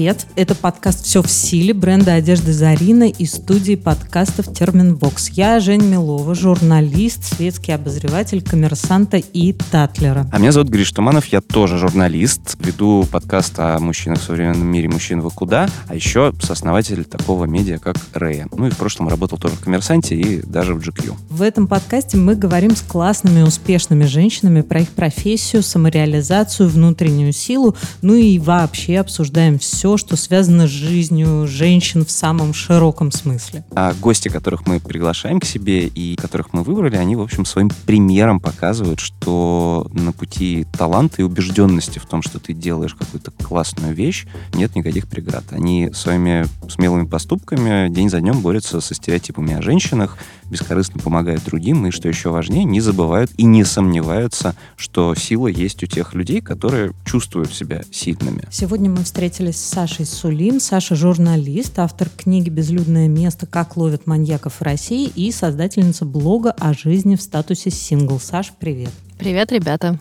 Привет! Это подкаст «Все в силе» бренда одежды Зарина и студии подкастов Терминвокс. Я Женя Милова, журналист, светский обозреватель «Коммерсанта» и «Татлера». А меня зовут Гриш Туманов, я тоже журналист, веду подкаст о мужчинах в современном мире «Мужчин, вы куда?», а еще сооснователь такого медиа, как Рея. Ну и в прошлом работал тоже в «Коммерсанте» и даже в GQ. В этом подкасте мы говорим с классными, успешными женщинами про их профессию, самореализацию, внутреннюю силу, ну и вообще обсуждаем все, что связано с жизнью женщин в самом широком смысле. А гости, которых мы приглашаем к себе и которых мы выбрали, они, в общем, своим примером показывают, что на пути таланта и убежденности в том, что ты делаешь какую-то классную вещь, нет никаких преград. Они своими смелыми поступками день за днем борются со стереотипами о женщинах, бескорыстно помогают другим, и, что еще важнее, не забывают и не сомневаются, что сила есть у тех людей, которые чувствуют себя сильными. Сегодня мы встретились с Сашей Сулим. Саша — журналист, автор книги «Безлюдное место. Как ловят маньяков в России» и создательница блога о жизни в статусе сингл. Саш, привет. Привет, ребята.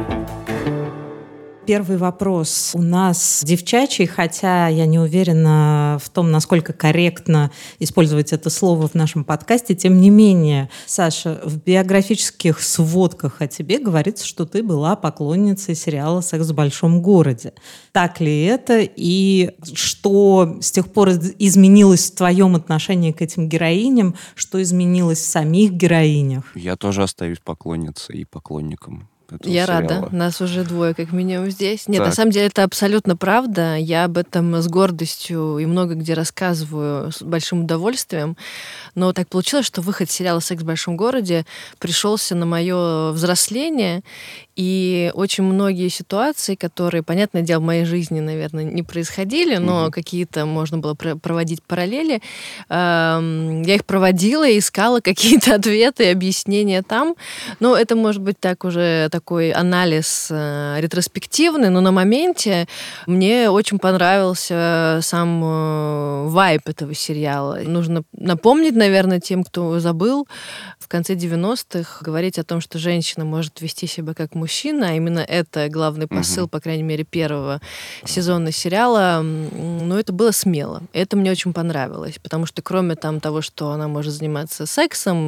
Первый вопрос у нас девчачий, хотя я не уверена в том, насколько корректно использовать это слово в нашем подкасте. Тем не менее, Саша, в биографических сводках о тебе говорится, что ты была поклонницей сериала «Секс в большом городе». Так ли это? И что с тех пор изменилось в твоем отношении к этим героиням? Что изменилось в самих героинях? Я тоже остаюсь поклонницей и поклонником. Я сериала. рада. Нас уже двое, как минимум, здесь. Нет, так. на самом деле это абсолютно правда. Я об этом с гордостью и много где рассказываю с большим удовольствием. Но так получилось, что выход сериала «Секс в большом городе» пришелся на мое взросление. И очень многие ситуации, которые, понятное дело, в моей жизни, наверное, не происходили, но какие-то можно было проводить параллели, я их проводила и искала какие-то ответы, объяснения там. Но это, может быть, так уже такой анализ ретроспективный, но на моменте мне очень понравился сам вайб этого сериала. Нужно напомнить, наверное, тем, кто забыл, в конце 90-х говорить о том, что женщина может вести себя как мужчина, а именно это главный посыл, по крайней мере, первого сезона сериала, но это было смело. Это мне очень понравилось, потому что кроме там того, что она может заниматься сексом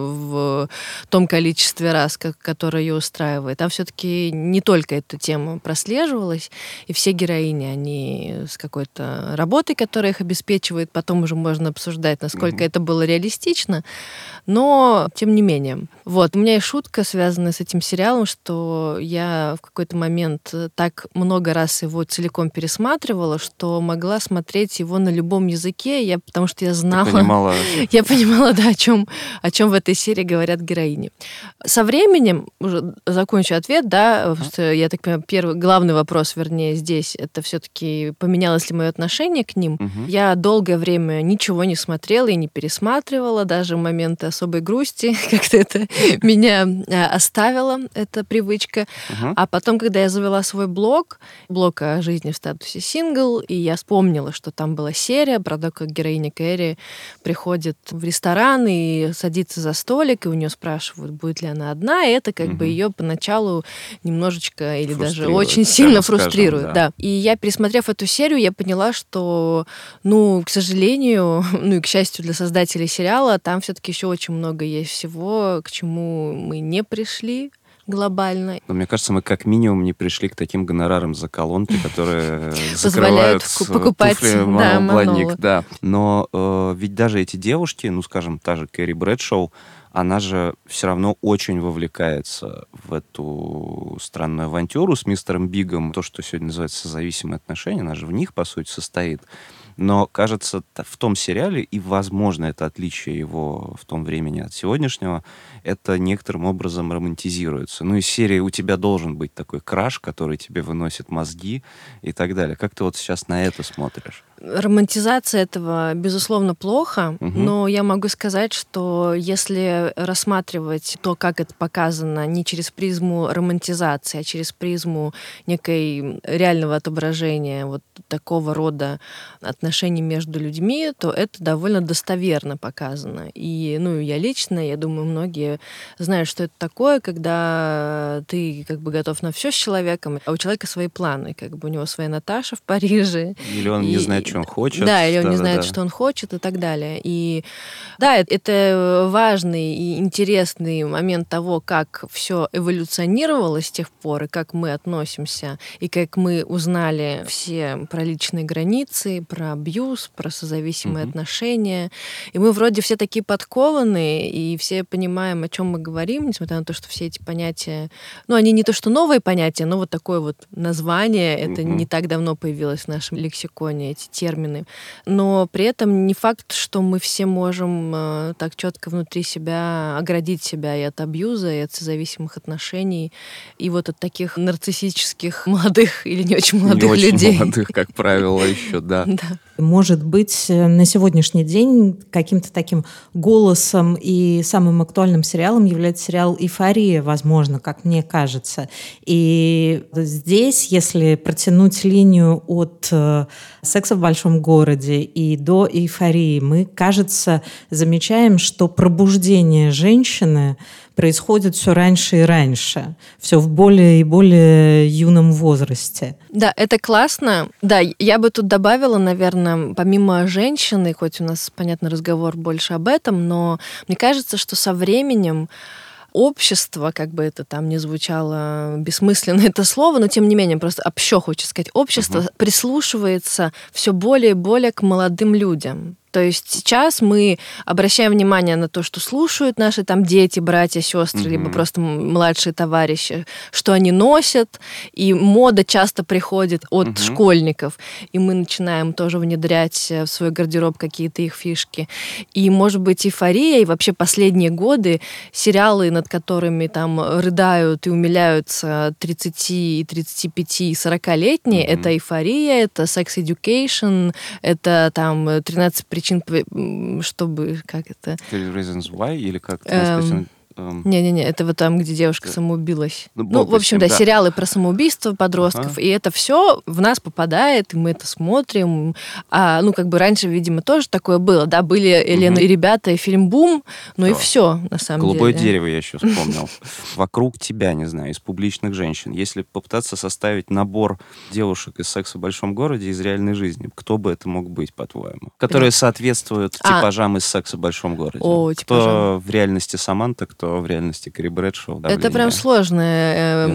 в том количестве раз, которое ее устраивает, там все-таки не только эта тема прослеживалась, и все героини, они с какой-то работой, которая их обеспечивает, потом уже можно обсуждать, насколько это было реалистично, но тем не менее. Вот. У меня есть шутка, связанная с этим сериалом, что я в какой-то момент так много раз его целиком пересматривала, что могла смотреть его на любом языке, потому что я знала... Я понимала, да, о чем в этой серии говорят героини. Со временем, уже закончу ответ, да, я так понимаю, главный вопрос, вернее, здесь, это все-таки поменялось ли мое отношение к ним. Я долгое время ничего не смотрела и не пересматривала, даже в моменты особой грусти, как-то это меня оставила, эта привычка. А потом, когда я завела свой блог о жизни в статусе сингл, и я вспомнила, что там была серия про то, как героиня Кэрри приходит в ресторан и садится за столик, и у нее спрашивают, будет ли она одна, и это как бы ее поначалу немножечко или даже очень сильно фрустрирует. Да. И я, пересмотрев эту серию, я поняла, что, к сожалению, и к счастью для создателей сериала, там все-таки еще очень много есть всего, к чему мы не пришли глобально. Но мне кажется, мы как минимум не пришли к таким гонорарам за колонки, которые закрывают покупать туфли Манол. Да. Но ведь даже эти девушки, скажем, та же Кэрри Брэдшоу, она же все равно очень вовлекается в эту странную авантюру с мистером Бигом. То, что сегодня называется созависимые отношения, она же в них, по сути, состоит. Но, кажется, в том сериале, и, возможно, это отличие его в том времени от сегодняшнего, это некоторым образом романтизируется. Из серии «У тебя должен быть такой краш, который тебе выносит мозги» и так далее. Как ты вот сейчас на это смотришь? Романтизация этого, безусловно, плохо, но я могу сказать, что если рассматривать то, как это показано, не через призму романтизации, а через призму некой реального отображения вот такого рода отношений отношений между людьми, то это довольно достоверно показано. И, я лично, я думаю, многие знают, что это такое, когда ты как бы готов на все с человеком, а у человека свои планы, как бы у него своя Наташа в Париже. Или он не знает, что он хочет. Да, или он не знает, что он хочет и так далее. И да, это важный и интересный момент того, как все эволюционировало с тех пор, и как мы относимся, и как мы узнали все про личные границы, про абьюз, про созависимые отношения. И мы вроде все такие подкованные, и все понимаем, о чем мы говорим, несмотря на то, что все эти понятия, они не то что новые понятия, но вот такое вот название, это не так давно появилось в нашем лексиконе, эти термины. Но при этом не факт, что мы все можем так четко внутри себя оградить себя и от абьюза, и от созависимых отношений, и вот от таких нарциссических молодых или не очень молодых людей. Не очень молодых, как правило, еще, да. Может быть, на сегодняшний день каким-то таким голосом и самым актуальным сериалом является сериал «Эйфория», возможно, как мне кажется. И здесь, если протянуть линию от «Секса в большом городе» и до «Эйфории», мы, кажется, замечаем, что пробуждение женщины происходит все раньше и раньше, все в более и более юном возрасте. Да, это классно. Да, я бы тут добавила, наверное, помимо женщины, хоть у нас, понятно, разговор больше об этом, но мне кажется, что со временем общество, как бы это там ни звучало бессмысленно это слово, но тем не менее, просто общо хочется сказать, общество прислушивается все более и более к молодым людям. То есть сейчас мы обращаем внимание на то, что слушают наши там дети, братья, сестры, либо просто младшие товарищи, что они носят, и мода часто приходит от школьников, и мы начинаем тоже внедрять в свой гардероб какие-то их фишки. И, может быть, «Эйфория», и вообще последние годы сериалы, над которыми там рыдают и умиляются 30, и 35, и 40-летние, это «Эйфория», это «Sex Education», это там 13 причин, чтобы, как это? 30 Reasons Why или как? Не-не-не, это вот там, где девушка самоубилась. В общем, да, сериалы про самоубийство подростков, и это все в нас попадает, и мы это смотрим. Как бы раньше, видимо, тоже такое было, да, были Елена и ребята, и фильм «Бум», и все, на самом деле. «Голубое дерево» я еще вспомнил. Вокруг тебя, не знаю, из публичных женщин, если попытаться составить набор девушек из «Секса в большом городе» из реальной жизни, кто бы это мог быть, по-твоему? Которые соответствуют типажам из «Секса в большом городе». Кто в реальности Саманта, кто в реальности Кэрри Брэдшоу. Это прям сложный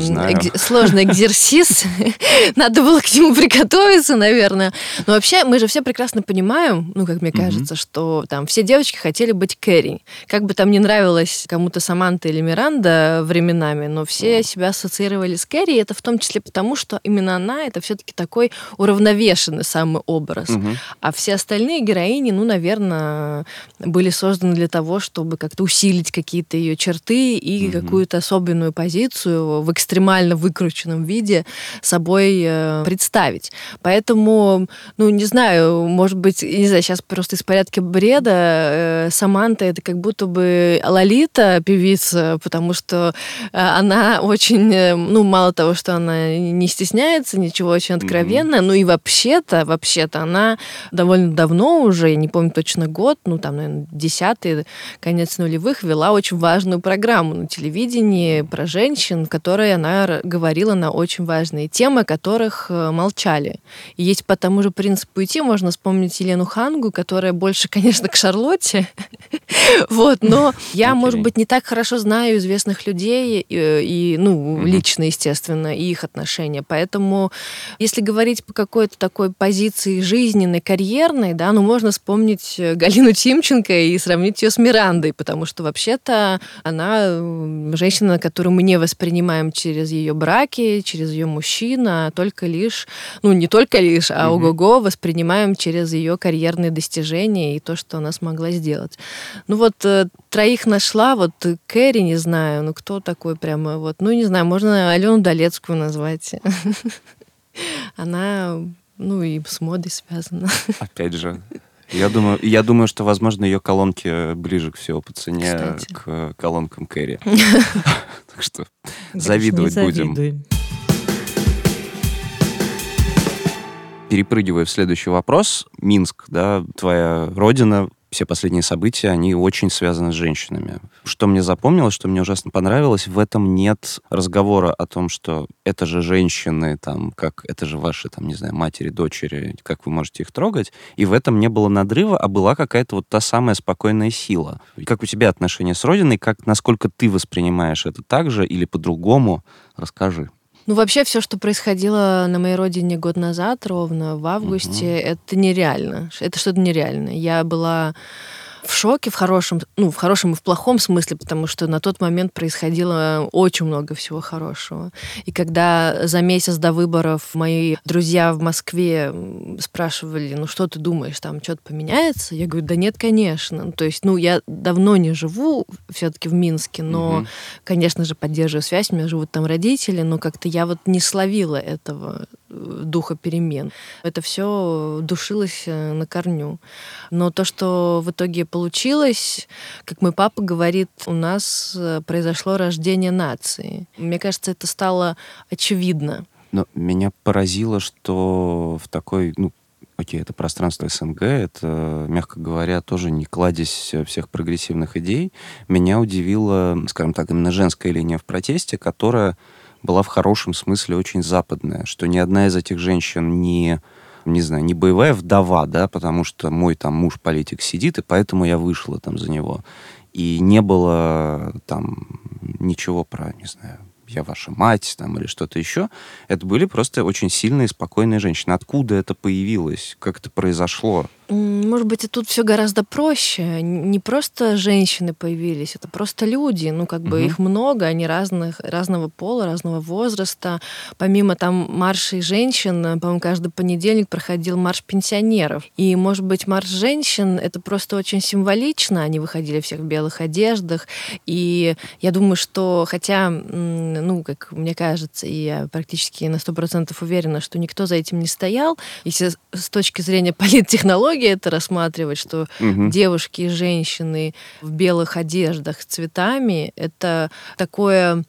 экзерсис. Надо было к нему приготовиться, наверное. Но вообще мы же все прекрасно понимаем, как мне кажется, что там все девочки хотели быть Кэрри. Как бы там не нравилось кому-то Саманта или Миранда временами, но все себя ассоциировали с Кэрри, и это в том числе потому, что именно она — это все-таки такой уравновешенный самый образ. А все остальные героини, наверное, были созданы для того, чтобы как-то усилить какие-то ее черты и какую-то особенную позицию в экстремально выкрученном виде собой представить. Поэтому, не знаю, может быть, не знаю, сейчас просто из порядка бреда Саманта — это как будто бы Лолита, певица, потому что она очень, мало того, что она не стесняется, ничего, очень откровенная, и вообще-то она довольно давно уже, я не помню точно год, наверное, 10-й, конец нулевых, вела очень важную программу на телевидении про женщин, в которой она говорила на очень важные темы, о которых молчали. И есть по тому же принципу идти, можно вспомнить Елену Хангу, которая больше, конечно, к Шарлотте. Но я, может быть, не так хорошо знаю известных людей, и лично, естественно, и их отношения. Поэтому, если говорить по какой-то такой позиции жизненной, карьерной, да, можно вспомнить Галину Тимченко и сравнить ее с Мирандой, потому что вообще-то она женщина, которую мы не воспринимаем через ее браки, через ее мужчин, а только лишь, не только лишь, а ого-го, воспринимаем через ее карьерные достижения и то, что она смогла сделать. Троих нашла, Кэрри, не знаю, кто такой прямо, не знаю, можно Алену Долецкую назвать. Она, и с модой связана. Опять же, я думаю, что, возможно, ее колонки ближе всего по цене, кстати, к колонкам Кэрри. Так что завидовать будем. Перепрыгивая в следующий вопрос, Минск, да, твоя родина, все последние события, они очень связаны с женщинами. Что мне запомнилось, что мне ужасно понравилось, в этом нет разговора о том, что это же женщины, там, как это же ваши, там, не знаю, матери, дочери, как вы можете их трогать. И в этом не было надрыва, а была какая-то вот та самая спокойная сила. Как у тебя отношения с родиной, насколько ты воспринимаешь это так же или по-другому? Расскажи. Ну, вообще, все, что происходило на моей родине год назад, ровно в августе, это нереально. Это что-то нереальное. Я была в шоке, в хорошем и в плохом смысле, потому что на тот момент происходило очень много всего хорошего. И когда за месяц до выборов мои друзья в Москве спрашивали, ну что ты думаешь, там что-то поменяется? Я говорю, да нет, конечно. То есть, я давно не живу все-таки в Минске, но, конечно же, поддерживаю связь, у меня живут там родители, но как-то я вот не словила этого духа перемен. Это все душилось на корню. Но то, что в итоге получилось, как мой папа говорит, у нас произошло рождение нации. Мне кажется, это стало очевидно. Но меня поразило, что в такой, окей, это пространство СНГ, это, мягко говоря, тоже не кладезь всех прогрессивных идей. Меня удивила, скажем так, именно женская линия в протесте, которая была в хорошем смысле очень западная, что ни одна из этих женщин не боевая вдова, да, потому что мой там муж политик сидит, и поэтому я вышла там за него. И не было там ничего про, не знаю, я ваша мать там или что-то еще. Это были просто очень сильные, спокойные женщины. Откуда это появилось? Как это произошло? Может быть, и тут все гораздо проще. Не просто женщины появились, это просто люди. Их много, они разного пола, разного возраста. Помимо там маршей женщин, по-моему, каждый понедельник проходил марш пенсионеров. И, может быть, марш женщин — это просто очень символично. Они выходили все в белых одеждах. И я думаю, что, хотя, как мне кажется, и я практически на 100% уверена, что никто за этим не стоял, если с точки зрения политтехнологии это рассматривать, что девушки и женщины в белых одеждах с цветами — это такое,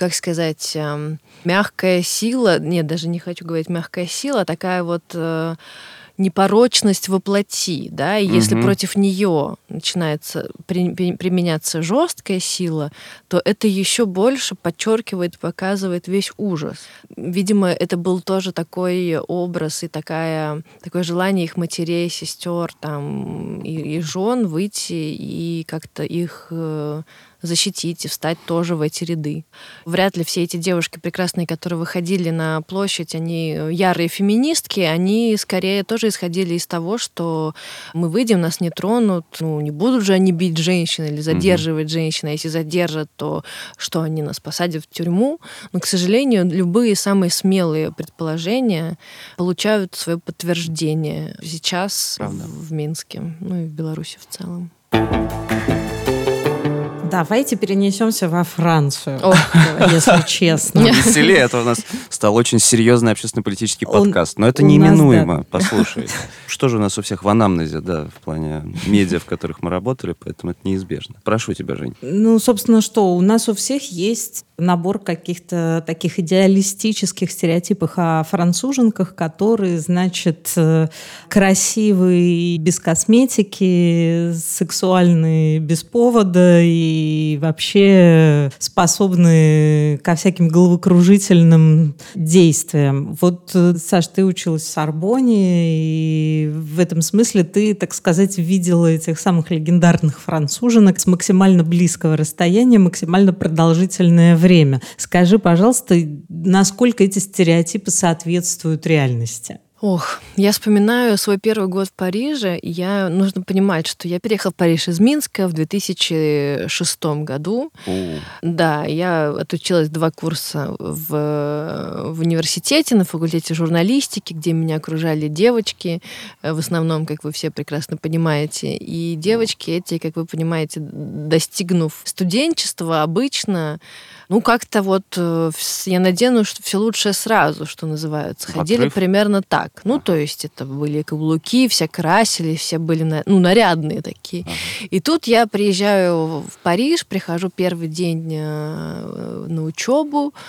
мягкая сила, нет, даже не хочу говорить мягкая сила, такая вот непорочность во плоти, да, и если против нее начинается применяться жесткая сила, то это еще больше подчеркивает, показывает весь ужас. Видимо, это был тоже такой образ и такое желание их матерей, сестер там, и жен выйти и как-то их защитить и встать тоже в эти ряды. Вряд ли все эти девушки прекрасные, которые выходили на площадь, они ярые феминистки, они скорее тоже исходили из того, что мы выйдем, нас не тронут, не будут же они бить женщин или задерживать женщин, а если задержат, то что, они нас посадят в тюрьму? Но, к сожалению, любые самые смелые предположения получают свое подтверждение сейчас в Минске, и в Беларуси в целом. Давайте перенесемся во Францию, если честно. Веселее, это у нас стал очень серьезный общественно-политический подкаст. Но это неминуемо, послушай. Что же у нас у всех в анамнезе, да, в плане медиа, в которых мы работали, поэтому это неизбежно. Прошу тебя, Жень. Собственно, что? У нас у всех есть набор каких-то таких идеалистических стереотипов о француженках, которые, значит, красивые без косметики, сексуальные без повода и вообще способны ко всяким головокружительным действиям. Вот, Саш, ты училась в Сорбонне, и в этом смысле ты, так сказать, видела этих самых легендарных француженок с максимально близкого расстояния, максимально продолжительное время. Скажи, пожалуйста, насколько эти стереотипы соответствуют реальности? Я вспоминаю свой первый год в Париже, и нужно понимать, что я переехала в Париж из Минска в 2006 году. Да, я отучилась 2 курса в университете, на факультете журналистики, где меня окружали девочки, в основном, как вы все прекрасно понимаете. И девочки эти, как вы понимаете, достигнув студенчества, обычно, как-то я надену все лучшее сразу, что называется. Ходили примерно так. То есть это были каблуки, все красили, все были нарядные такие. И тут я приезжаю в Париж, прихожу первый день на учебу,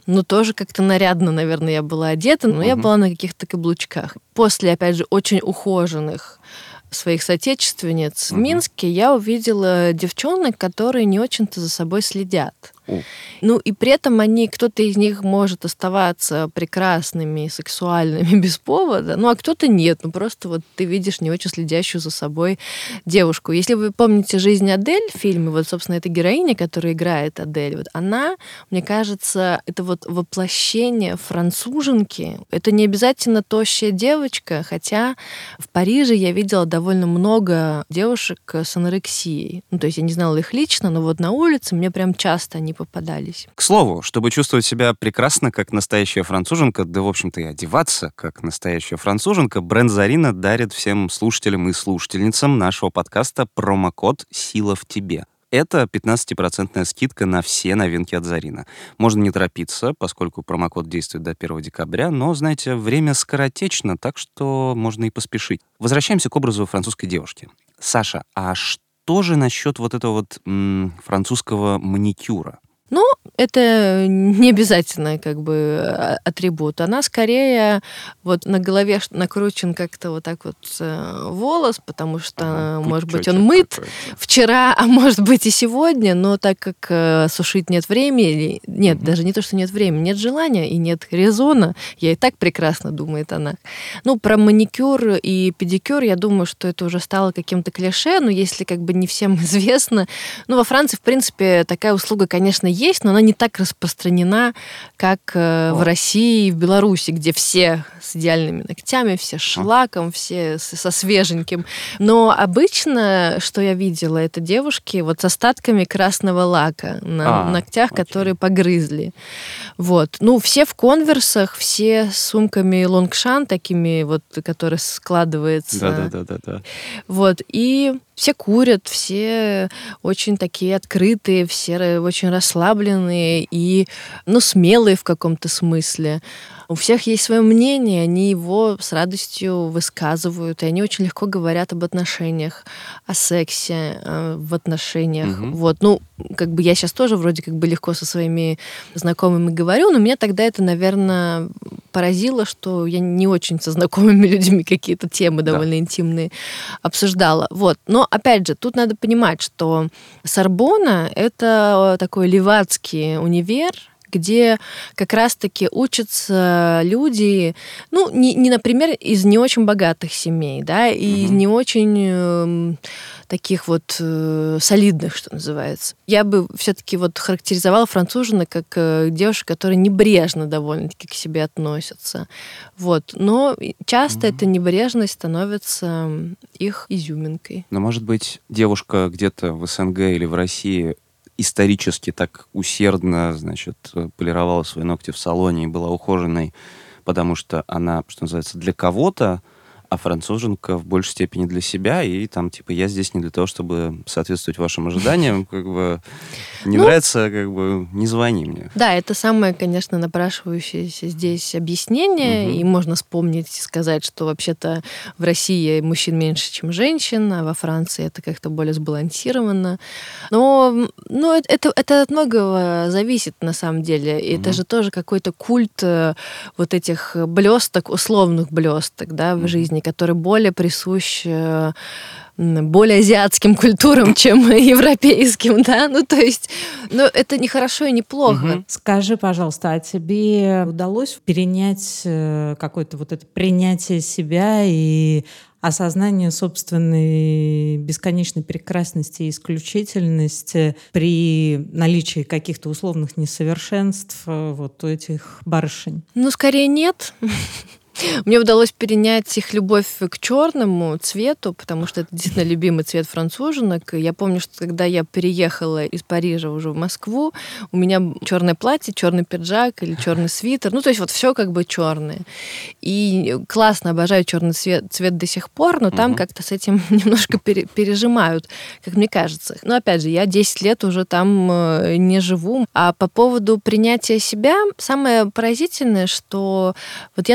тоже как-то нарядно, наверное, я была одета, но я была на каких-то каблучках. После, опять же, очень ухоженных своих соотечественниц в Минске я увидела девчонок, которые не очень-то за собой следят. И при этом кто-то из них может оставаться прекрасными, сексуальными без повода, а кто-то нет. Просто ты видишь не очень следящую за собой девушку. Если вы помните «Жизнь Адель» в фильме, собственно, эта героиня, которая играет Адель, она, мне кажется, это воплощение француженки. Это не обязательно тощая девочка, хотя в Париже я видела довольно много девушек с анорексией. То есть я не знала их лично, но на улице мне прям часто они попадались. К слову, чтобы чувствовать себя прекрасно, как настоящая француженка, да, в общем-то, и одеваться, как настоящая француженка, бренд Зарина дарит всем слушателям и слушательницам нашего подкаста промокод «Сила в тебе». Это 15% скидка на все новинки от Зарина. Можно не торопиться, поскольку промокод действует до 1 декабря, но, знаете, время скоротечно, так что можно и поспешить. Возвращаемся к образу французской девушки. Саша, а что же насчет этого французского маникюра? Это не обязательно атрибут. Она скорее на голове накручен как-то волос, потому что, может быть, он мыт вчера, а может быть и сегодня, но так как сушить нет времени, нет, даже не то, что нет времени, нет желания и нет резона, я и так прекрасно, думает она. Про маникюр и педикюр, я думаю, что это уже стало каким-то клише, но если не всем известно, во Франции, в принципе, такая услуга, конечно, есть, но она не так распространена, как в России и в Беларуси, где все с идеальными ногтями, все с шлаком, все со свеженьким. Но обычно, что я видела, это девушки с остатками красного лака на ногтях, которые погрызли. Все в конверсах, все с сумками лонгшан, такими которые складываются. Да. И все курят, все очень такие открытые, все очень расслабленные и, смелые в каком-то смысле. У всех есть свое мнение, они его с радостью высказывают, и они очень легко говорят об отношениях, о сексе в отношениях. Я сейчас тоже вроде легко со своими знакомыми говорю, но меня тогда это, наверное, поразило, что я не очень со знакомыми людьми какие-то темы довольно интимные обсуждала. Но, опять же, тут надо понимать, что Сорбонна — это такой ливадский универ, где как раз-таки учатся люди, например, из не очень богатых семей, и из не очень таких солидных, что называется. Я бы все-таки характеризовала француженок как девушек, которые небрежно довольно-таки к себе относятся. Но часто эта небрежность становится их изюминкой. Но, может быть, девушка где-то в СНГ или в России исторически так усердно, полировала свои ногти в салоне и была ухоженной, потому что она, что называется, для кого-то, а француженка в большей степени для себя, и я здесь не для того, чтобы соответствовать вашим ожиданиям, не нравится, не звони мне. Да, это самое, конечно, напрашивающееся здесь объяснение, и можно вспомнить и сказать, что вообще-то в России мужчин меньше, чем женщин, а во Франции это как-то более сбалансировано. Но это от многого зависит, на самом деле. И это же тоже какой-то культ этих блесток, условных блесток, в жизни, который более присущ более азиатским культурам, чем европейским, это не хорошо и не плохо. Скажи, пожалуйста, а тебе удалось перенять какое-то это принятие себя и осознание собственной бесконечной прекрасности и исключительности при наличии каких-то условных несовершенств у этих барышень? Скорее нет. Мне удалось перенять их любовь к черному цвету, потому что это действительно любимый цвет француженок. Я помню, что когда я переехала из Парижа уже в Москву, у меня черное платье, черный пиджак или черный свитер. Все черное. И классно, обожаю черный цвет до сих пор, но там как-то с этим немножко пережимают, как мне кажется. Но опять же, я 10 лет уже там не живу. А по поводу принятия себя, самое поразительное, что я до конца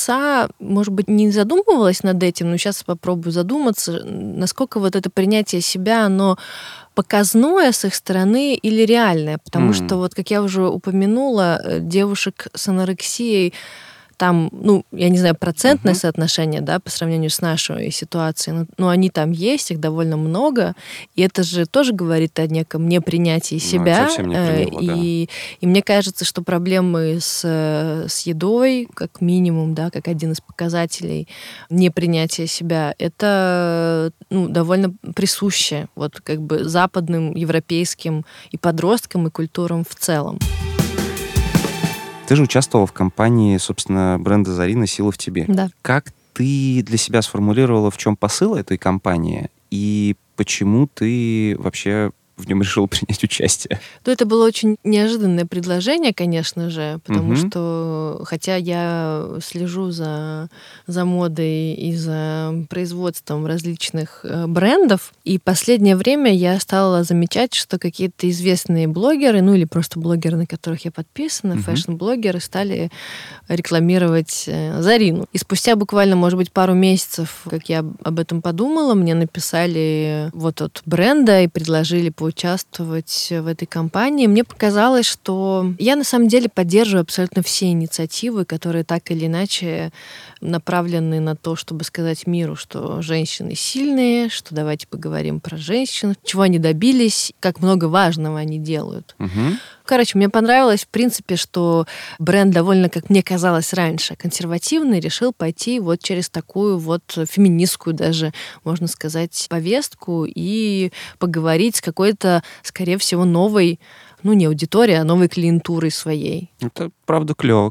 конца, может быть, не задумывалась над этим, но сейчас попробую задуматься, насколько вот это принятие себя, оно показное с их стороны или реальное. Потому что, вот как я уже упомянула, девушек с анорексией там, я не знаю, процентное соотношение, да, по сравнению с нашей ситуацией, но они там есть, их довольно много, и это же тоже говорит о неком непринятии себя. Совсем не про него, и мне кажется, что проблемы с едой, как минимум, да, как один из показателей непринятия себя, это довольно присуще вот как бы западным, европейским и подросткам, и культурам в целом. Ты же участвовала в кампании, собственно, бренда Зарина «Сила в тебе». Да. Как ты для себя сформулировала, в чем посыл этой кампании, и почему ты вообще в нем решила принять участие? Это было очень неожиданное предложение, конечно же, потому что, хотя я слежу за модой и за производством различных брендов, и последнее время я стала замечать, что какие-то известные блогеры, или просто блогеры, на которых я подписана, фэшн-блогеры, стали рекламировать Зарину. И спустя буквально, может быть, пару месяцев, как я об этом подумала, мне написали вот от бренда и предложили поучаствовать в этой кампании. Мне показалось, что я на самом деле поддерживаю абсолютно все инициативы, которые так или иначе направлены на то, чтобы сказать миру, что женщины сильные, что давайте поговорим про женщин, чего они добились, как много важного они делают. Короче, мне понравилось, в принципе, что бренд довольно, как мне казалось раньше, консервативный, решил пойти вот через такую вот феминистскую даже, можно сказать, повестку и поговорить с какой-то, скорее всего, новой, не аудиторией, а новой клиентурой своей. Это правда клево.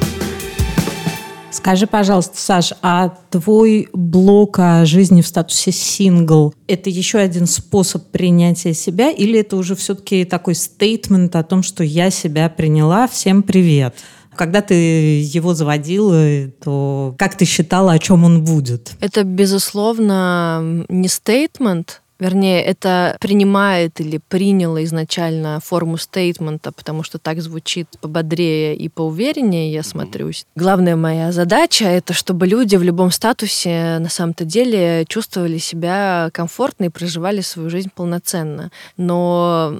Скажи, пожалуйста, Саш, а твой блог о жизни в статусе сингл – это еще один способ принятия себя, или это уже все-таки такой стейтмент о том, что я себя приняла, всем привет? Когда ты его заводила, то как ты считала, о чем он будет? Это, безусловно, не стейтмент. Вернее, это принимает или приняло изначально форму стейтмента, потому что так звучит пободрее и поувереннее, я смотрюсь. Главная моя задача — это чтобы люди в любом статусе на самом-то деле чувствовали себя комфортно и проживали свою жизнь полноценно. Но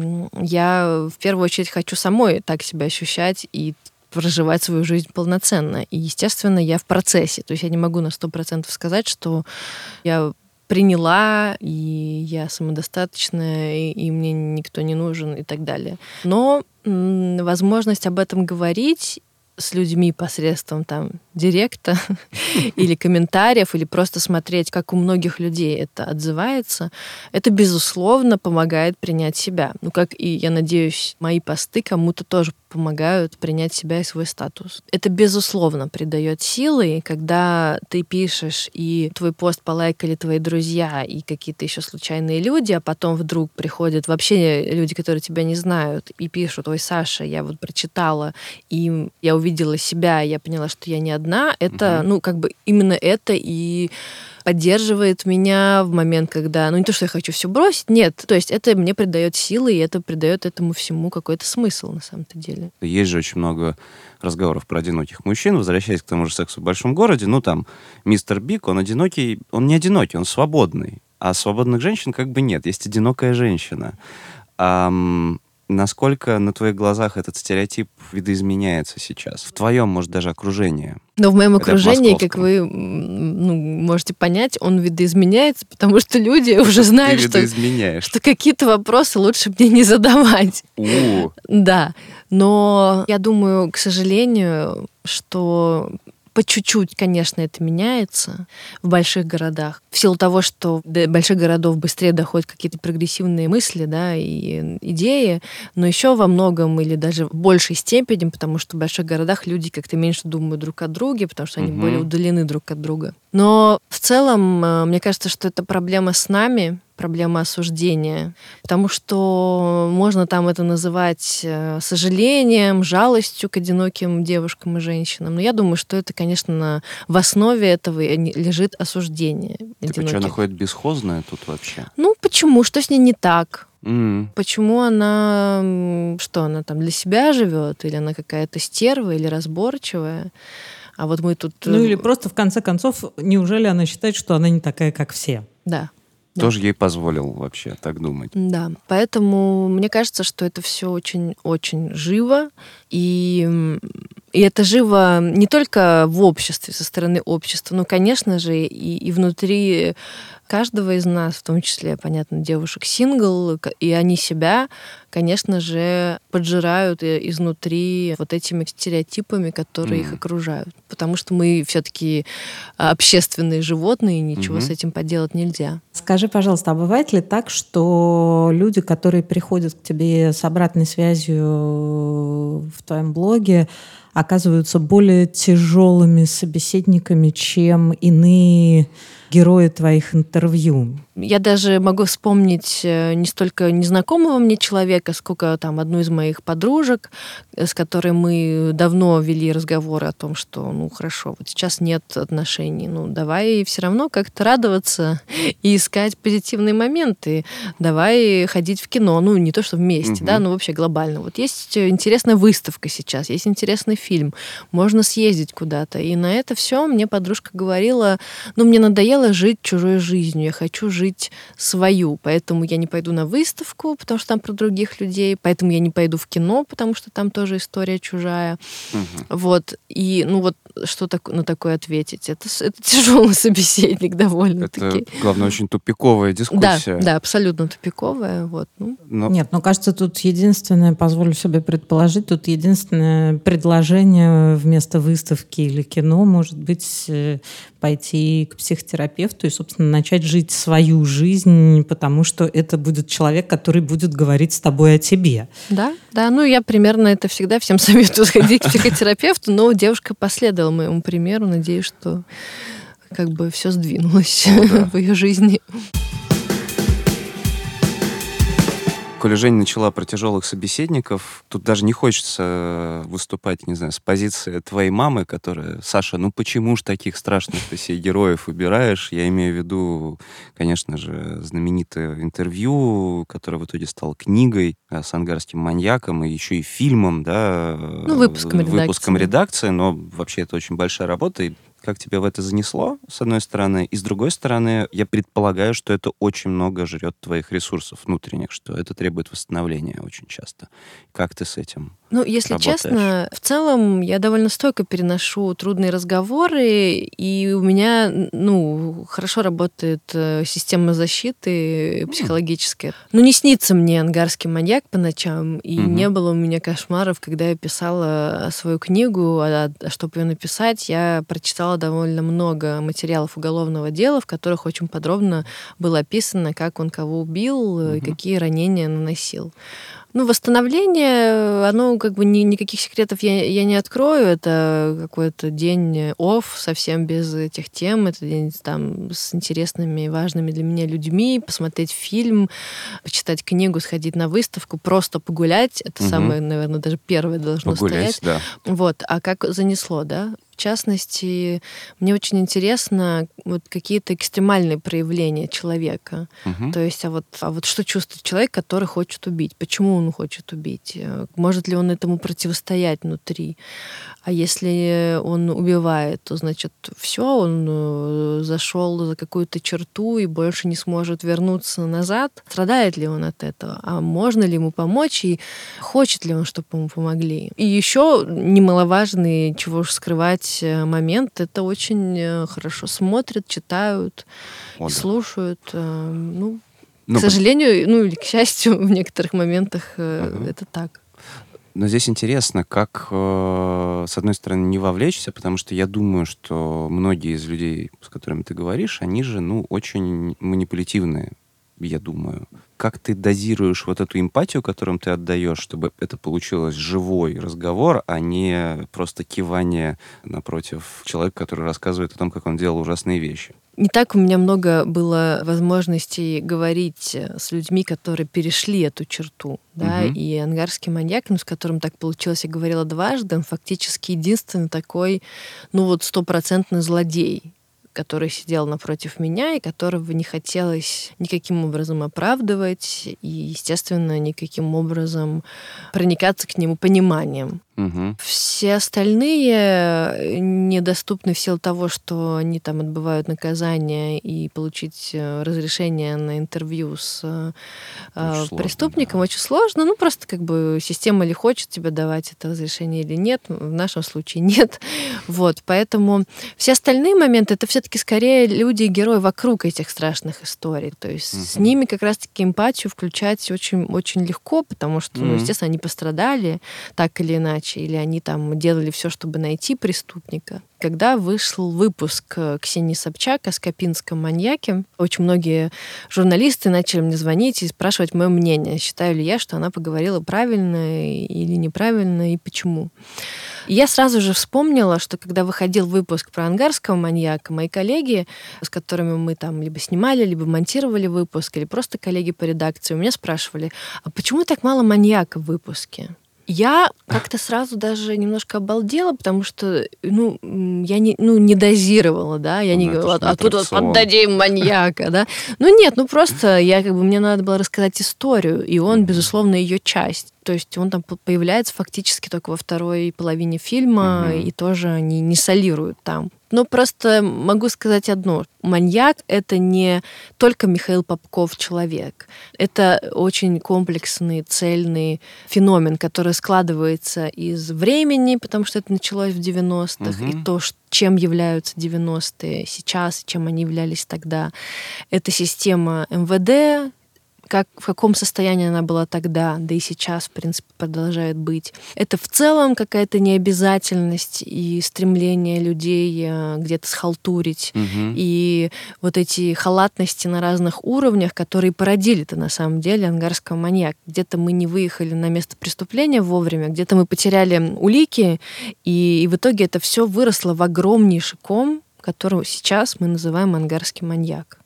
я в первую очередь хочу самой так себя ощущать и проживать свою жизнь полноценно. И, естественно, я в процессе. То есть я не могу на 100% сказать, что я приняла, и я самодостаточная, и мне никто не нужен, и так далее. Но возможность об этом говорить с людьми посредством директа или комментариев, или просто смотреть, как у многих людей это отзывается, это, безусловно, помогает принять себя. Как и, я надеюсь, мои посты кому-то тоже помогают принять себя и свой статус. Это, безусловно, придает силы, когда ты пишешь, и твой пост полайкали твои друзья и какие-то еще случайные люди, а потом вдруг приходят вообще люди, которые тебя не знают, и пишут: «Ой, Саша, я вот прочитала, и я увидела себя, я поняла, что я не одна». Это, именно это и поддерживает меня в момент, когда, не то, что я хочу все бросить, нет. То есть это мне придает силы, и это придает этому всему какой-то смысл на самом-то деле. Есть же очень много разговоров про одиноких мужчин. Возвращаясь к тому же «Сексу в большом городе», мистер Биг, он одинокий, он не одинокий, он свободный. А свободных женщин как бы нет, есть одинокая женщина. Насколько на твоих глазах этот стереотип видоизменяется сейчас? В твоем, может, даже окружении? Но в моем окружении, как вы можете понять, он видоизменяется, потому что люди уже знают, что какие-то вопросы лучше мне не задавать. Да. Но я думаю, к сожалению, что по чуть-чуть, конечно, это меняется в больших городах. В силу того, что до больших городов быстрее доходят какие-то прогрессивные мысли, да, и идеи, но еще во многом или даже в большей степени, потому что в больших городах люди как-то меньше думают друг о друге, потому что они более удалены друг от друга. Но в целом, мне кажется, что это проблема с нами, проблема осуждения, потому что можно это называть сожалением, жалостью к одиноким девушкам и женщинам. Но я думаю, что это, конечно, в основе этого лежит осуждение одиноких. Так что, она ходит бесхозная тут вообще? Почему? Что с ней не так? Почему она... Что, она для себя живет? Или она какая-то стерва или разборчивая? А вот мы тут... Ну или просто в конце концов, неужели она считает, что она не такая, как все? Да. Тоже ей позволил вообще так думать. Да, поэтому мне кажется, что это все очень-очень живо, и это живо не только в обществе, со стороны общества, но, конечно же, и внутри каждого из нас, в том числе, понятно, девушек сингл, и они себя, конечно же, поджирают изнутри вот этими стереотипами, которые их окружают. Потому что мы все-таки общественные животные, и ничего с этим поделать нельзя. Скажи, пожалуйста, а бывает ли так, что люди, которые приходят к тебе с обратной связью в твоем блоге, оказываются более тяжелыми собеседниками, чем иные герои твоих интервью? Я даже могу вспомнить не столько незнакомого мне человека, сколько там одну из моих подружек, с которой мы давно вели разговоры о том, что, ну, хорошо, вот сейчас нет отношений, ну, давай все равно как-то радоваться и искать позитивные моменты. Давай ходить в кино, ну, не то, что вместе, да, но вообще глобально. Вот есть интересная выставка сейчас, есть интересный фильм, можно съездить куда-то. И на это все мне подружка говорила, ну, мне надоело жить чужой жизнью, я хочу жить свою, поэтому я не пойду на выставку, потому что там про других людей, поэтому я не пойду в кино, потому что там тоже история чужая. Вот. И, ну вот, что на такое ответить? Это тяжелый собеседник довольно-таки. Это, главное, очень тупиковая дискуссия. Да, абсолютно тупиковая. Вот, Нет, кажется, тут единственное, позволю себе предположить, тут единственное предложение вместо выставки или кино может быть пойти к психотерапевту и, собственно, начать жить свою жизнь, потому что это будет человек, который будет говорить с тобой о тебе. Да, ну я примерно это всегда всем советую сходить к психотерапевту, но девушка последовала моему примеру, надеюсь, что как бы все сдвинулось в ее жизни. Коли Женя начала про тяжелых собеседников, тут даже не хочется выступать, не знаю, с позиции твоей мамы, которая: Саша, ну почему ж таких страшных ты себе героев выбираешь? Я имею в виду, конечно же, знаменитое интервью, которое в итоге стало книгой с ангарским маньяком и еще и фильмом, да, выпуском редакции, но вообще это очень большая работа, и как тебя в это занесло, с одной стороны, и с другой стороны, я предполагаю, что это очень много жрет твоих ресурсов внутренних, что это требует восстановления очень часто. Как ты с этим если работаешь? Честно, в целом я довольно стойко переношу трудные разговоры, и у меня, хорошо работает система защиты психологическая. Не снится мне ангарский маньяк по ночам, и не было у меня кошмаров, когда я писала свою книгу, а чтобы ее написать, я прочитала довольно много материалов уголовного дела, в которых очень подробно было описано, как он кого убил и какие ранения наносил. Восстановление, оно как бы никаких секретов я не открою. Это какой-то день офф, совсем без этих тем. Это день там с интересными и важными для меня людьми, посмотреть фильм, почитать книгу, сходить на выставку, просто погулять. Это самое, наверное, даже первое должно стоять. Да. Вот. А как занесло, да? В частности, мне очень интересно какие-то экстремальные проявления человека. То есть, а вот что чувствует человек, который хочет убить? Почему он хочет убить? Может ли он этому противостоять внутри? А если он убивает, то, значит, все, он зашел за какую-то черту и больше не сможет вернуться назад. Страдает ли он от этого? А можно ли ему помочь? И хочет ли он, чтобы ему помогли? И еще немаловажный, чего уж скрывать, момент, это очень хорошо смотрят, читают, слушают. К сожалению, или к счастью, в некоторых моментах это так. Но здесь интересно, как, с одной стороны, не вовлечься, потому что я думаю, что многие из людей, с которыми ты говоришь, они же, очень манипулятивные, я думаю. Как ты дозируешь вот эту эмпатию, которую ты отдаешь, чтобы это получилось живой разговор, а не просто кивание напротив человека, который рассказывает о том, как он делал ужасные вещи? Не так у меня много было возможностей говорить с людьми, которые перешли эту черту. Да? И ангарский маньяк, с которым так получилось, я говорила дважды, он фактически единственный такой, стопроцентный злодей, который сидел напротив меня и которого не хотелось никаким образом оправдывать и, естественно, никаким образом проникаться к нему пониманием. Все остальные недоступны в силу того, что они там отбывают наказание, и получить разрешение на интервью с преступником очень сложно. Ну, просто как бы система ли хочет тебе давать это разрешение или нет. В нашем случае нет. Вот, поэтому все остальные моменты — это все-таки скорее люди и герои вокруг этих страшных историй. То есть с ними как раз-таки эмпатию включать очень, очень легко, потому что, ну, естественно, они пострадали так или иначе, или они там делали все, чтобы найти преступника. Когда вышел выпуск Ксении Собчак о скопинском маньяке, очень многие журналисты начали мне звонить и спрашивать мое мнение, считаю ли я, что она поговорила правильно или неправильно, и почему. И я сразу же вспомнила, что когда выходил выпуск про ангарского маньяка, мои коллеги, с которыми мы там либо снимали, либо монтировали выпуск, или просто коллеги по редакции, у меня спрашивали, а почему так мало маньяка в выпуске? Я как-то сразу даже немножко обалдела, потому что, я не дозировала, да, я не говорила, а тут вот поддадим маньяка, да. Просто мне надо было рассказать историю, и он, безусловно, ее часть. То есть он там появляется фактически только во второй половине фильма, и тоже не солирует там. Но просто могу сказать одно. Маньяк — это не только Михаил Попков человек. Это очень комплексный, цельный феномен, который складывается из времени, потому что это началось в 90-х, и то, чем являются 90-е сейчас, чем они являлись тогда. Это система МВД, в каком состоянии она была тогда, да и сейчас, в принципе, продолжает быть. Это в целом какая-то необязательность и стремление людей где-то схалтурить. И вот эти халатности на разных уровнях, которые породили-то на самом деле ангарского маньяка. Где-то мы не выехали на место преступления вовремя, где-то мы потеряли улики, и в итоге это все выросло в огромнейший ком, который сейчас мы называем ангарский маньяк.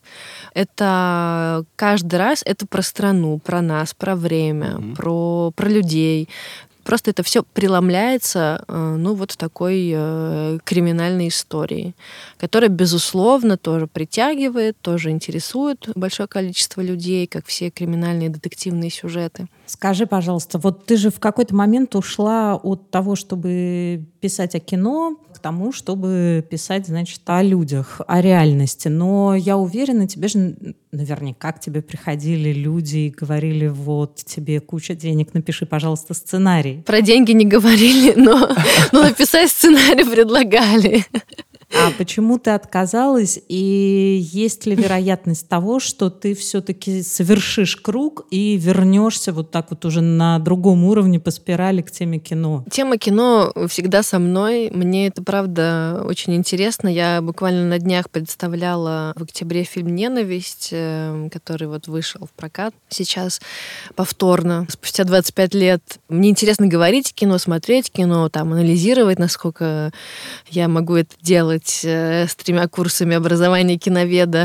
Это каждый раз это про страну, про нас, про время, про людей. Просто это все преломляется, в такой криминальной истории, которая, безусловно, тоже притягивает, тоже интересует большое количество людей, как все криминальные детективные сюжеты. Скажи, пожалуйста, вот ты же в какой-то момент ушла от того, чтобы писать о кино, к тому, чтобы писать, значит, о людях, о реальности. Но я уверена, тебе же наверняка к тебе приходили люди и говорили, вот, тебе куча денег, напиши, пожалуйста, сценарий. Про деньги не говорили, но написать сценарий предлагали. А почему ты отказалась? И есть ли вероятность того, что ты все-таки совершишь круг и вернешься вот так вот уже на другом уровне по спирали к теме кино? Тема кино всегда со мной. Мне это, правда, очень интересно. Я буквально на днях представляла в октябре фильм «Ненависть», который вот вышел в прокат сейчас повторно, спустя 25 лет. Мне интересно говорить кино, смотреть кино, там, анализировать, насколько я могу это делать с 3 курсами образования киноведа.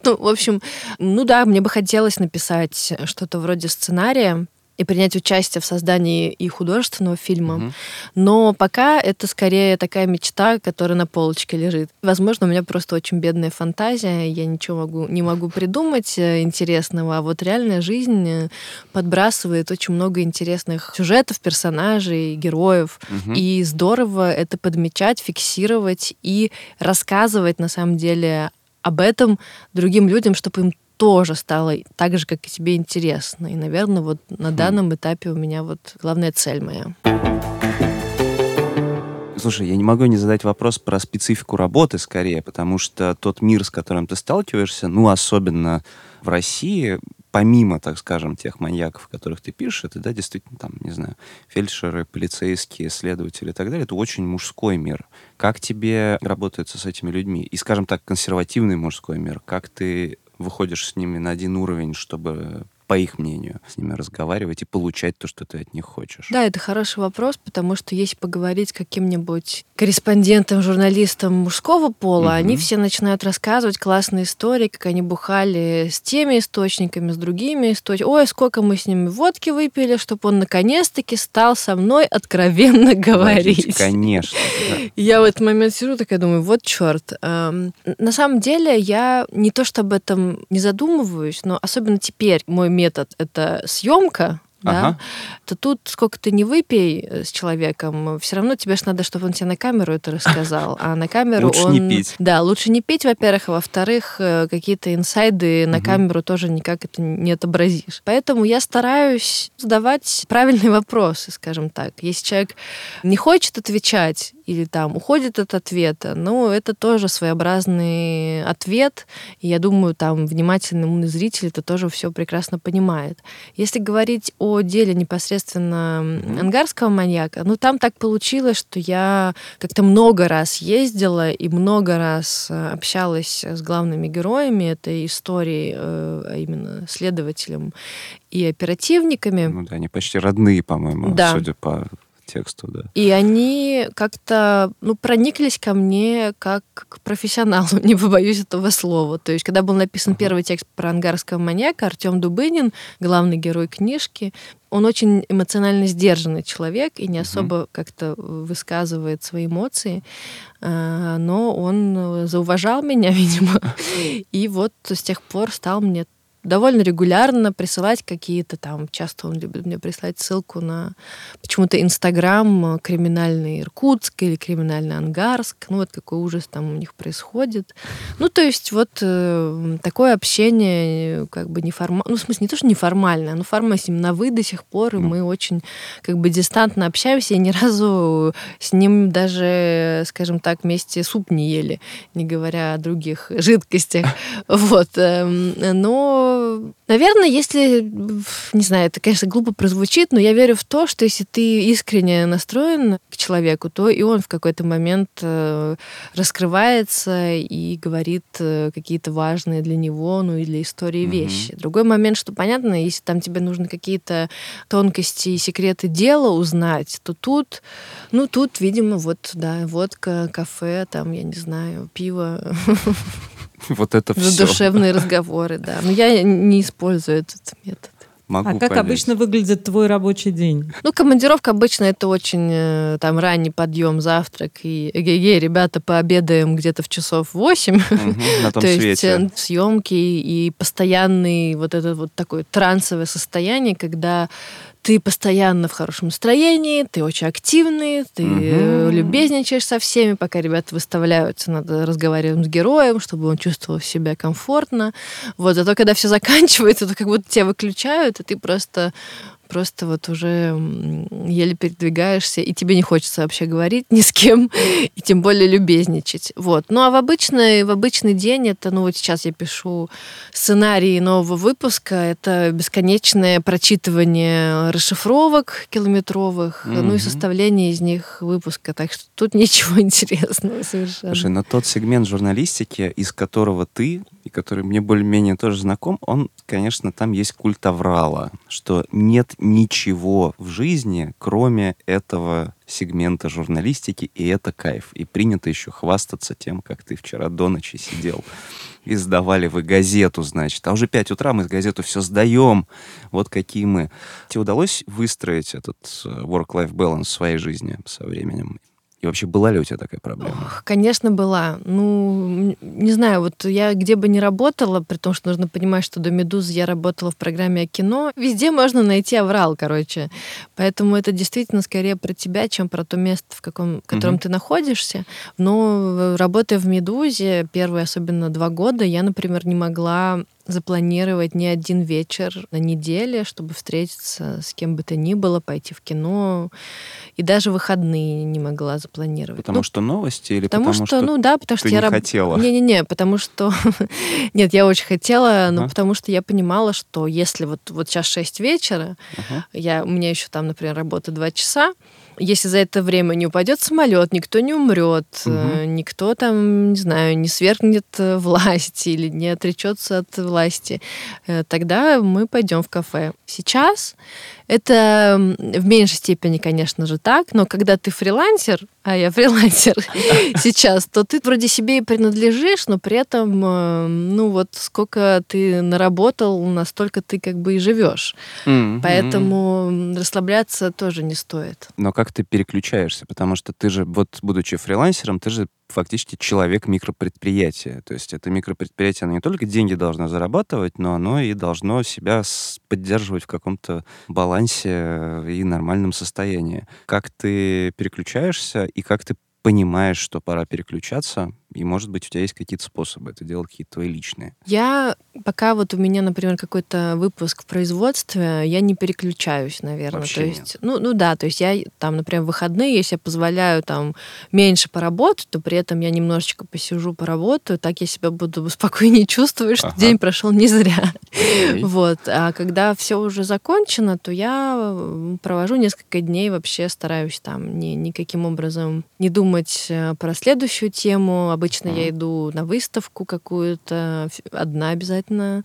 Мне бы хотелось написать что-то вроде сценария и принять участие в создании и художественного фильма. Но пока это скорее такая мечта, которая на полочке лежит. Возможно, у меня просто очень бедная фантазия, я ничего не могу придумать интересного, а вот реальная жизнь подбрасывает очень много интересных сюжетов, персонажей, героев. И здорово это подмечать, фиксировать и рассказывать, на самом деле, об этом другим людям, чтобы им тоже стало так же, как и тебе, интересно. И, наверное, вот на данном этапе у меня вот главная цель моя. Слушай, я не могу не задать вопрос про специфику работы скорее, потому что тот мир, с которым ты сталкиваешься, особенно в России, помимо, так скажем, тех маньяков, о которых ты пишешь, это, да, действительно, там, не знаю, фельдшеры, полицейские, следователи и так далее, это очень мужской мир. Как тебе работается с этими людьми? И, скажем так, консервативный мужской мир. Как ты выходишь с ними на один уровень, чтобы, по их мнению, с ними разговаривать и получать то, что ты от них хочешь? Да, это хороший вопрос, потому что если поговорить с каким-нибудь корреспондентом, журналистом мужского пола, они все начинают рассказывать классные истории, как они бухали с теми источниками, с другими источниками. Ой, сколько мы с ними водки выпили, чтобы он наконец-таки стал со мной откровенно говорить. Конечно. Да. Я в этот момент сижу, такая думаю, вот черт. На самом деле я не то, что об этом не задумываюсь, но особенно теперь мой метод — это съемка, да, то тут сколько ты не выпей с человеком, все равно тебе же надо, чтобы он тебе на камеру это рассказал, а на камеру лучше не пить. Да, лучше не пить, во-первых, а во-вторых, какие-то инсайды на камеру тоже никак это не отобразишь. Поэтому я стараюсь задавать правильные вопросы, скажем так. Если человек не хочет отвечать или там уходит от ответа, ну, это тоже своеобразный ответ, и я думаю, там внимательный умный зритель это тоже все прекрасно понимает. Если говорить о деле непосредственно ангарского маньяка, ну, там так получилось, что я как-то много раз ездила и много раз общалась с главными героями этой истории, а именно следователем и оперативниками. Ну да, они почти родные, по-моему, судя по тексту, да. И они как-то, прониклись ко мне как к профессионалу, не побоюсь этого слова. То есть, когда был написан первый текст про ангарского маньяка, Артем Дубынин, главный герой книжки, он очень эмоционально сдержанный человек и не особо как-то высказывает свои эмоции, но он зауважал меня, видимо, и вот с тех пор стал мне довольно регулярно присылать какие-то там, часто он любит мне прислать ссылку на почему-то Инстаграм криминальный Иркутск или криминальный Ангарск, ну вот какой ужас там у них происходит. Ну то есть вот такое общение как бы неформальное, ну в смысле не то, что неформальное, но формально с ним на «вы» до сих пор, и мы очень как бы дистантно общаемся, и ни разу с ним даже, скажем так, вместе суп не ели, не говоря о других жидкостях. Вот. Но наверное, если, не знаю, это, конечно, глупо прозвучит, но я верю в то, что если ты искренне настроен к человеку, то и он в какой-то момент раскрывается и говорит какие-то важные для него, ну и для истории вещи. Другой момент, что понятно, если там тебе нужны какие-то тонкости и секреты дела узнать, то тут, видимо, вот, да, водка, кафе, там, я не знаю, пиво. Вот это все. Задушевные разговоры, да. Но я не использую этот метод. Как обычно выглядит твой рабочий день? Командировка обычно это очень там ранний подъем, завтрак и ребята, пообедаем где-то в часов 8. На том То свете. есть съемки и постоянный вот это вот такое трансовое состояние, когда ты постоянно в хорошем настроении, ты очень активный, ты любезничаешь со всеми, пока ребята выставляются, надо разговаривать с героем, чтобы он чувствовал себя комфортно. Вот, зато когда все заканчивается, то как будто тебя выключают, и ты просто вот уже еле передвигаешься, и тебе не хочется вообще говорить ни с кем, и тем более любезничать. Вот. Ну, а в обычный день это, вот сейчас я пишу сценарий нового выпуска, это бесконечное прочитывание расшифровок километровых, и составление из них выпуска. Так что тут ничего интересного совершенно. Слушай, но тот сегмент журналистики, из которого ты, и который мне более-менее тоже знаком, он, конечно, там есть культ аврала, что нет ничего в жизни, кроме этого сегмента журналистики, и это кайф. И принято еще хвастаться тем, как ты вчера до ночи сидел. И сдавали вы газету, значит. А уже 5 утра мы газету все сдаем. Вот какие мы. Тебе удалось выстроить этот work-life balance в своей жизни со временем? И вообще, была ли у тебя такая проблема? Конечно, была. Не знаю, вот я где бы ни работала, при том, что нужно понимать, что до «Медузы» я работала в программе о кино, везде можно найти аврал, короче. Поэтому это действительно скорее про тебя, чем про то место, в котором ты находишься. Но работая в «Медузе», первые особенно 2 года, я, например, не могла запланировать ни один вечер на неделе, чтобы встретиться с кем бы то ни было, пойти в кино. И даже выходные не могла запланировать. Потому что новости или потому что ты не хотела? Не, потому что... Нет, я очень хотела, но потому что я понимала, что если вот сейчас 6 вечера, у меня еще там, например, работа 2 часа, если за это время не упадет самолет, никто не умрет, никто там, не знаю, не свергнет власть или не отречется от власти, тогда мы пойдем в кафе. Сейчас это в меньшей степени, конечно же, так, но когда ты фрилансер, а я фрилансер сейчас, то ты вроде себе и принадлежишь, но при этом, вот сколько ты наработал, настолько ты как бы и живешь. Поэтому расслабляться тоже не стоит. Но как как ты переключаешься? Потому что ты же, вот будучи фрилансером, ты же фактически человек микропредприятия. То есть это микропредприятие, оно не только деньги должно зарабатывать, но оно и должно себя поддерживать в каком-то балансе и нормальном состоянии. Как ты переключаешься и как ты понимаешь, что пора переключаться, и, может быть, у тебя есть какие-то способы это делать, какие-то твои личные? Пока вот у меня, например, какой-то выпуск в производстве, я не переключаюсь, наверное. Вообще то есть, да, то есть я там, например, в выходные, если я позволяю там меньше поработать, то при этом я немножечко посижу, поработаю, так я себя буду спокойнее чувствовать, что день прошел не зря. Вот. А когда все уже закончено, то я провожу несколько дней, вообще стараюсь там никаким образом не думать про следующую тему. Обычно я иду на выставку какую-то, одна обязательно.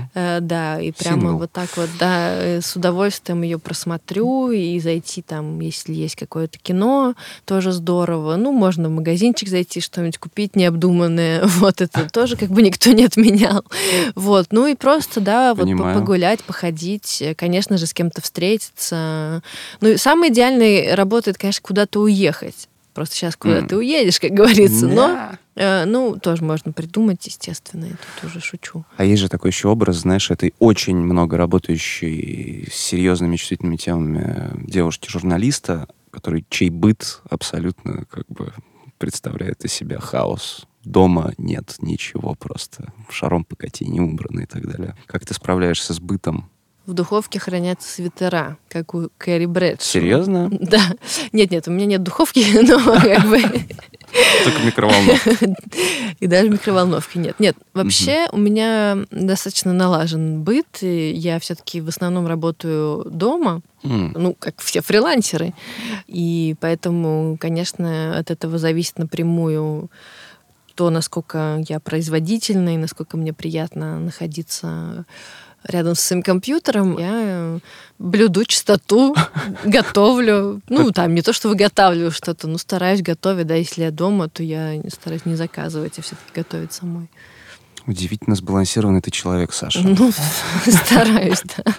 Да, и прямо Сингл. вот так вот, да, с удовольствием ее просмотрю, и зайти там, если есть какое-то кино, тоже здорово. Ну, можно в магазинчик зайти, что-нибудь купить необдуманное. Вот это тоже как бы никто не отменял. Вот, ну и просто, да, вот погулять, походить, конечно же, с кем-то встретиться. Ну, и самое идеальное работает, конечно, куда-то уехать. Просто сейчас куда ты уедешь, как говорится. Но, тоже можно придумать, естественно, я тут уже шучу. А есть же такой еще образ, знаешь, этой очень много работающей с серьезными чувствительными темами девушки-журналиста, чей быт абсолютно как бы представляет из себя хаос. Дома нет ничего, просто шаром покати, не убрано и так далее. Как ты справляешься с бытом? В духовке хранятся свитера, как у Кэрри Брэдшоу. Серьезно? Да. Нет, у меня нет духовки, но как бы... Только микроволновка. И даже микроволновки нет. Нет, вообще у меня достаточно налажен быт, и я все-таки в основном работаю дома, ну, как все фрилансеры. И поэтому, конечно, от этого зависит напрямую то, насколько я производительна и насколько мне приятно находиться рядом с своим компьютером. Я блюду чистоту, готовлю. Ну, там, не то, что выготавливаю что-то, но стараюсь готовить. Да, если я дома, то я стараюсь не заказывать, а все-таки готовить самой. Удивительно сбалансированный ты человек, Саша. Ну, стараюсь, да.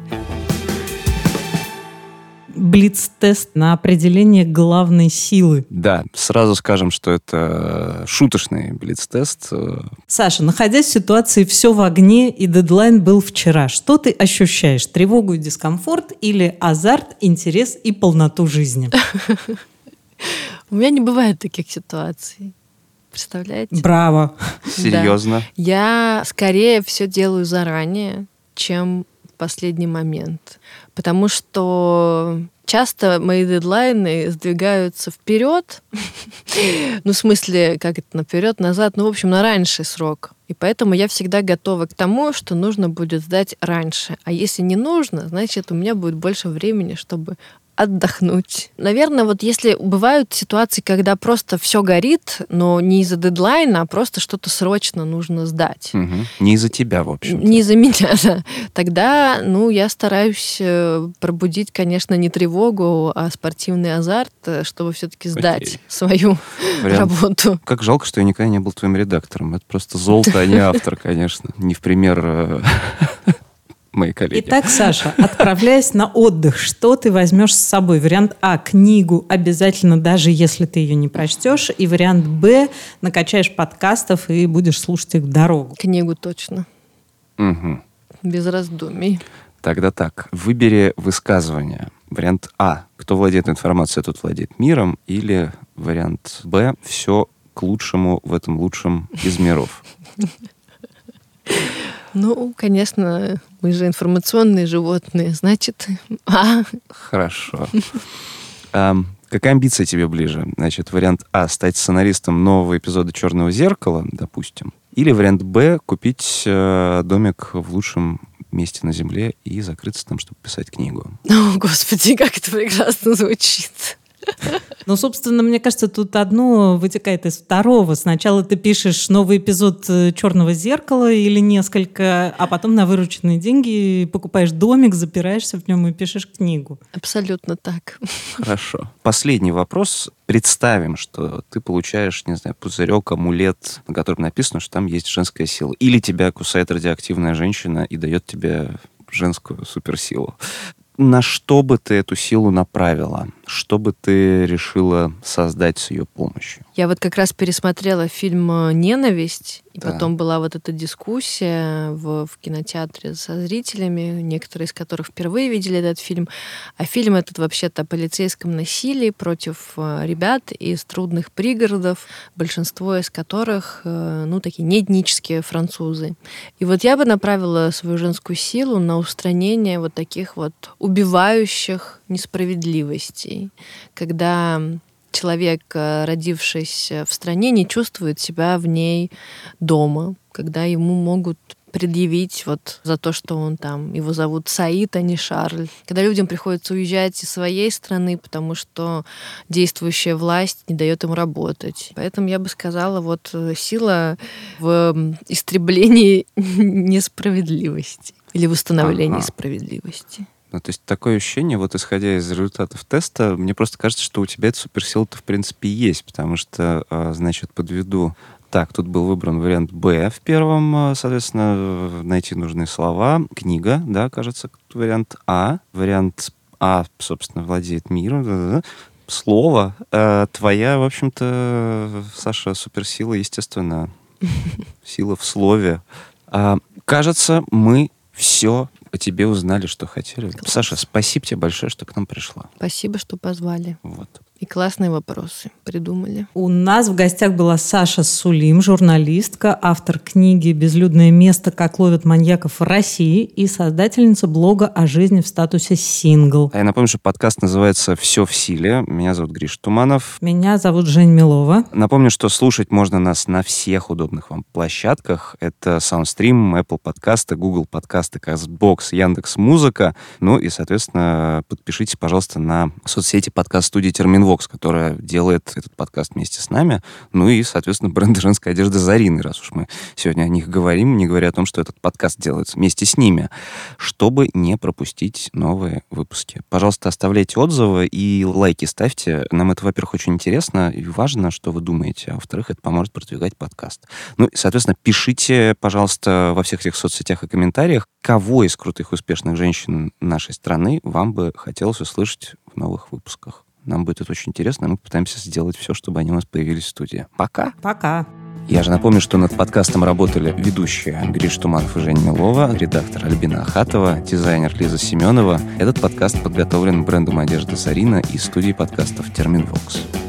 Блиц-тест на определение главной силы. Да, сразу скажем, что это шуточный блиц-тест. Саша, находясь в ситуации «все в огне» и дедлайн был вчера, что ты ощущаешь? Тревогу и дискомфорт или азарт, интерес и полноту жизни? У меня не бывает таких ситуаций. Представляете? Браво! Серьезно? Да. Я скорее все делаю заранее, чем в последний момент. Потому что часто мои дедлайны сдвигаются вперед. Ну, в смысле, как это, наперед, назад, ну, в общем, на раньший срок. И поэтому я всегда готова к тому, что нужно будет сдать раньше. А если не нужно, значит, у меня будет больше времени, чтобы отдохнуть. Наверное, вот если бывают ситуации, когда просто все горит, но не из-за дедлайна, а просто что-то срочно нужно сдать. Угу. Не из-за тебя, в общем. Не из-за меня, да. Тогда, я стараюсь пробудить, конечно, не тревогу, а спортивный азарт, чтобы все-таки сдать свою работу. Как жалко, что я никогда не был твоим редактором. Это просто золото, а не автор, конечно. Не в пример мои коллеги. Итак, Саша, отправляясь на отдых, что ты возьмешь с собой? Вариант А – книгу обязательно, даже если ты ее не прочтешь. И вариант Б – накачаешь подкастов и будешь слушать их в дорогу. Книгу точно. Угу. Без раздумий. Тогда так. Выбери высказывание. Вариант А – кто владеет информацией, тот владеет миром. Или вариант Б – все к лучшему в этом лучшем из миров. Ну, конечно, мы же информационные животные, значит, Хорошо. Какая амбиция тебе ближе? Значит, вариант А – стать сценаристом нового эпизода «Черного зеркала», допустим. Или вариант Б – купить домик в лучшем месте на Земле и закрыться там, чтобы писать книгу. О, Господи, как это прекрасно звучит. Ну, собственно, мне кажется, тут одно вытекает из второго. Сначала ты пишешь новый эпизод «Черного зеркала» или несколько, а потом на вырученные деньги покупаешь домик, запираешься в нем и пишешь книгу. Абсолютно так. Хорошо. Последний вопрос. Представим, что ты получаешь, не знаю, пузырек, амулет, на котором написано, что там есть женская сила. Или тебя кусает радиоактивная женщина и дает тебе женскую суперсилу. На что бы ты эту силу направила? что бы ты решила создать с ее помощью? Я вот как раз пересмотрела фильм «Ненависть», и Да. потом была вот эта дискуссия в кинотеатре со зрителями, некоторые из которых впервые видели этот фильм. А фильм этот вообще-то о полицейском насилии против ребят из трудных пригородов, большинство из которых, такие неэтнические французы. И вот я бы направила свою женскую силу на устранение вот таких вот убивающих несправедливостей, когда человек, родившись в стране, не чувствует себя в ней дома, когда ему могут предъявить вот за то, что он там, его зовут Саид, а не Шарль. Когда людям приходится уезжать из своей страны, потому что действующая власть не дает им работать. Поэтому я бы сказала, вот сила в истреблении несправедливости или в установлении справедливости. Ну, то есть такое ощущение, вот исходя из результатов теста, мне просто кажется, что у тебя эта суперсила-то в принципе есть, потому что, значит, подведу. Так, тут был выбран вариант Б в первом, соответственно, найти нужные слова. Книга, да, кажется, вариант А. Вариант А, собственно, владеет миром. Слово. Твоя, в общем-то, Саша, суперсила, естественно, сила в слове. Кажется, мы все о тебе узнали, что хотели. Класс. Саша, спасибо тебе большое, что к нам пришла. Спасибо, что позвали. Вот. И классные вопросы придумали. У нас в гостях была Саша Сулим, журналистка, автор книги «Безлюдное место. Как ловят маньяков в России» и создательница блога о жизни в статусе сингл. А я напомню, что подкаст называется «Все в силе». Меня зовут Гриша Туманов. Меня зовут Жень Милова. Напомню, что слушать можно нас на всех удобных вам площадках. Это SoundStream, Apple подкасты, Google подкасты, CastBox, Яндекс.Музыка. Ну и, соответственно, подпишитесь, пожалуйста, на соцсети подкаст-студии «Терминвокс», которая делает этот подкаст вместе с нами. Ну и, соответственно, бренд женской одежды «Зарины», раз уж мы сегодня о них говорим, не говоря о том, что этот подкаст делается вместе с ними, чтобы не пропустить новые выпуски. Пожалуйста, оставляйте отзывы и лайки ставьте. Нам это, во-первых, очень интересно и важно, что вы думаете, а во-вторых, это поможет продвигать подкаст. Ну и, соответственно, пишите, пожалуйста, во всех этих соцсетях и комментариях, кого из крутых, успешных женщин нашей страны вам бы хотелось услышать в новых выпусках. Нам будет это очень интересно, и мы пытаемся сделать все, чтобы они у нас появились в студии. Пока! Пока! Я же напомню, что над подкастом работали ведущие Гриша Туманов и Женя Милова, редактор Альбина Ахатова, дизайнер Лиза Семенова. Этот подкаст подготовлен брендом одежды «Зарина» и студией подкастов «Терминвокс».